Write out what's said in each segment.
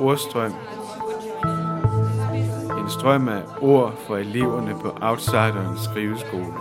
ordstrøm. En strøm af ord for eleverne på Outsiderens skriveskole.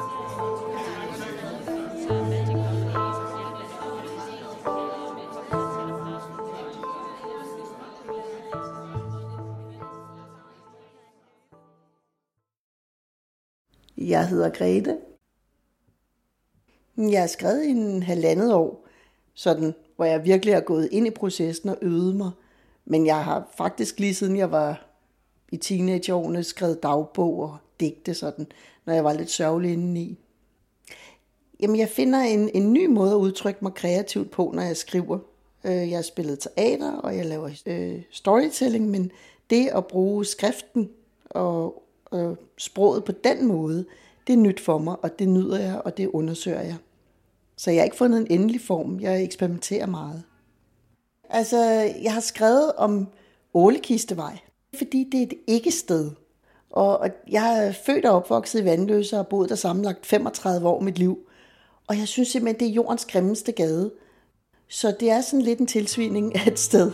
Jeg hedder Grete. Jeg har skrevet i 1,5 år, sådan, hvor jeg virkelig har gået ind i processen og øvet mig. Men jeg har faktisk lige siden jeg var i teenageårene skrevet dagbog og digte, sådan, når jeg var lidt sørgelig indeni. Jamen, jeg finder en ny måde at udtrykke mig kreativt på, når jeg skriver. Jeg har spillet teater, og jeg laver storytelling, men det at bruge skriften og sproget på den måde, det er nyt for mig, og det nyder jeg, og det undersøger jeg. Så jeg har ikke fundet en endelig form. Jeg eksperimenterer meget. Altså, jeg har skrevet om Ålekistevej, fordi det er et ikke-sted. Og jeg er født og opvokset i Vanløse og har boet der sammenlagt 35 år mit liv. Og jeg synes simpelthen, det er jordens grimmeste gade. Så det er sådan lidt en tilsvining af et sted.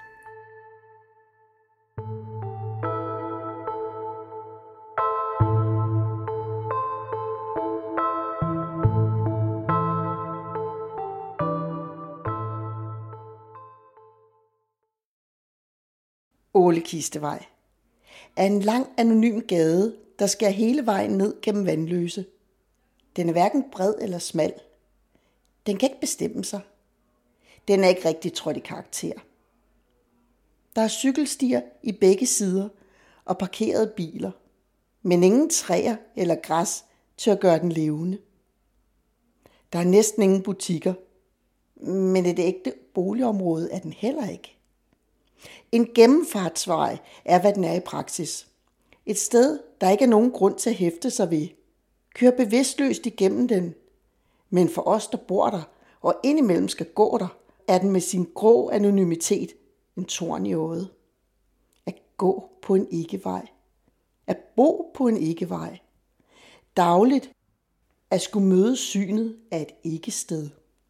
Ålekistevej er en lang anonym gade, der skærer hele vejen ned gennem Vanløse. Den er hverken bred eller smal. Den kan ikke bestemme sig. Den er ikke rigtig trådt i karakter. Der er cykelstier i begge sider og parkerede biler, men ingen træer eller græs til at gøre den levende. Der er næsten ingen butikker, men et ægte boligområde er den heller ikke. En gennemfartsvej er, hvad den er i praksis. Et sted, der ikke er nogen grund til at hæfte sig ved. Kør bevidstløst igennem den. Men for os, der bor der, og indimellem skal gå der, er den med sin grå anonymitet en torn i øjet. At gå på en ikke-vej. At bo på en ikke-vej. Dagligt at skulle møde synet af et ikke-sted.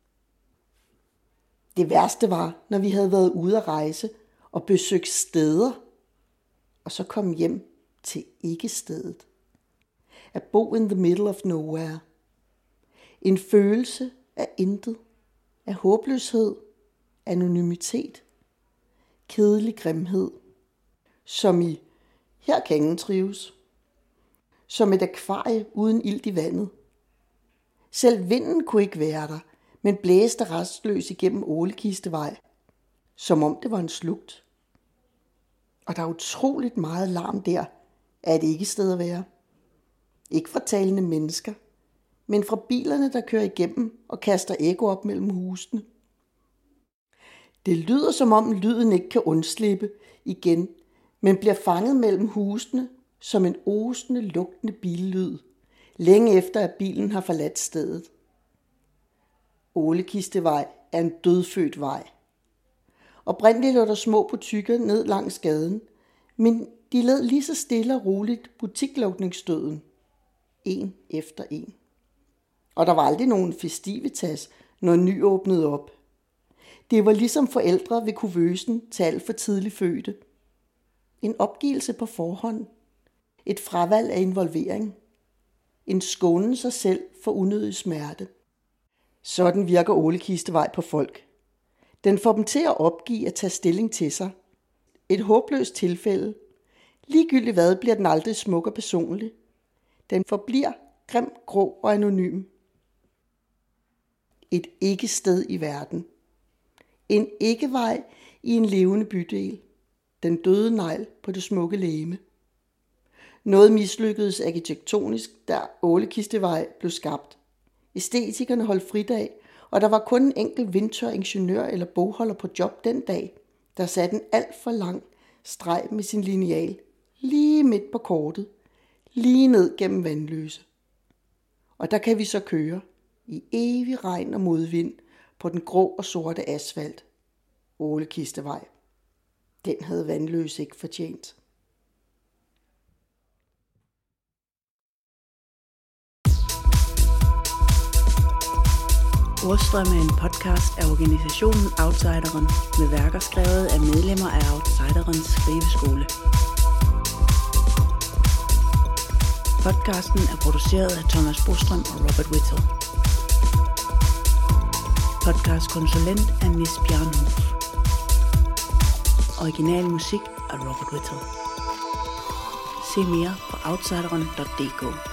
Det værste var, når vi havde været ude at rejse og besøgt steder, og så kom hjem til ikke-stedet. At bo in the middle of nowhere. En følelse af intet, af håbløshed, anonymitet, kedelig grimhed, som i her kan ingen trives. Som et akvarie uden ilt i vandet. Selv vinden kunne ikke være der, men blæste restløs igennem Ålekistevej, som om det var en slugt. Og der er utroligt meget larm der, er det ikke sted at være. Ikke fra talende mennesker, men fra bilerne, der kører igennem og kaster ekko op mellem husene. Det lyder som om lyden ikke kan undslippe igen, men bliver fanget mellem husene som en osende, lugtende billyd, længe efter at bilen har forladt stedet. Ålekistevej er en dødfødt vej. Oprindeligt lå der små butikker ned langs gaden, men de led lige så stille og roligt butiklukningsdøden, en efter en. Og der var aldrig nogen festivitas, når ny åbnede op. Det var ligesom forældre ved kuvøsen til alt for tidligt fødte. En opgivelse på forhånd. Et fravalg af involvering. En skånen sig selv for unødig smerte. Sådan virker Ålekistevej på folk. Den får dem til at opgive at tage stilling til sig. Et håbløst tilfælde. Ligegyldigt hvad bliver den aldrig smuk og personlig. Den forbliver grim, grå og anonym. Et ikke-sted i verden. En ikke-vej i en levende bydel. Den døde negl på det smukke legeme. Noget mislykkedes arkitektonisk, da Ålekistevej blev skabt. Æstetikerne holdt fridag, og der var kun en enkelt vindtør ingeniør eller bogholder på job den dag, der satte en alt for lang streg med sin lineal, lige midt på kortet, lige ned gennem Vanløse. Og der kan vi så køre, i evig regn og modvind, på den grå og sorte asfalt. Ålekistevej. Den havde Vanløse ikke fortjent. Ordstrøm er en podcast af organisationen Outsideren med værker skrevet af medlemmer af Outsiderens skriveskole. Podcasten er produceret af Thomas Bostrøm og Robert Whittle. Podcastkonsulent er Nis Bjarnhof. Original musik af Robert Whittle. Se mere på outsideren.dk.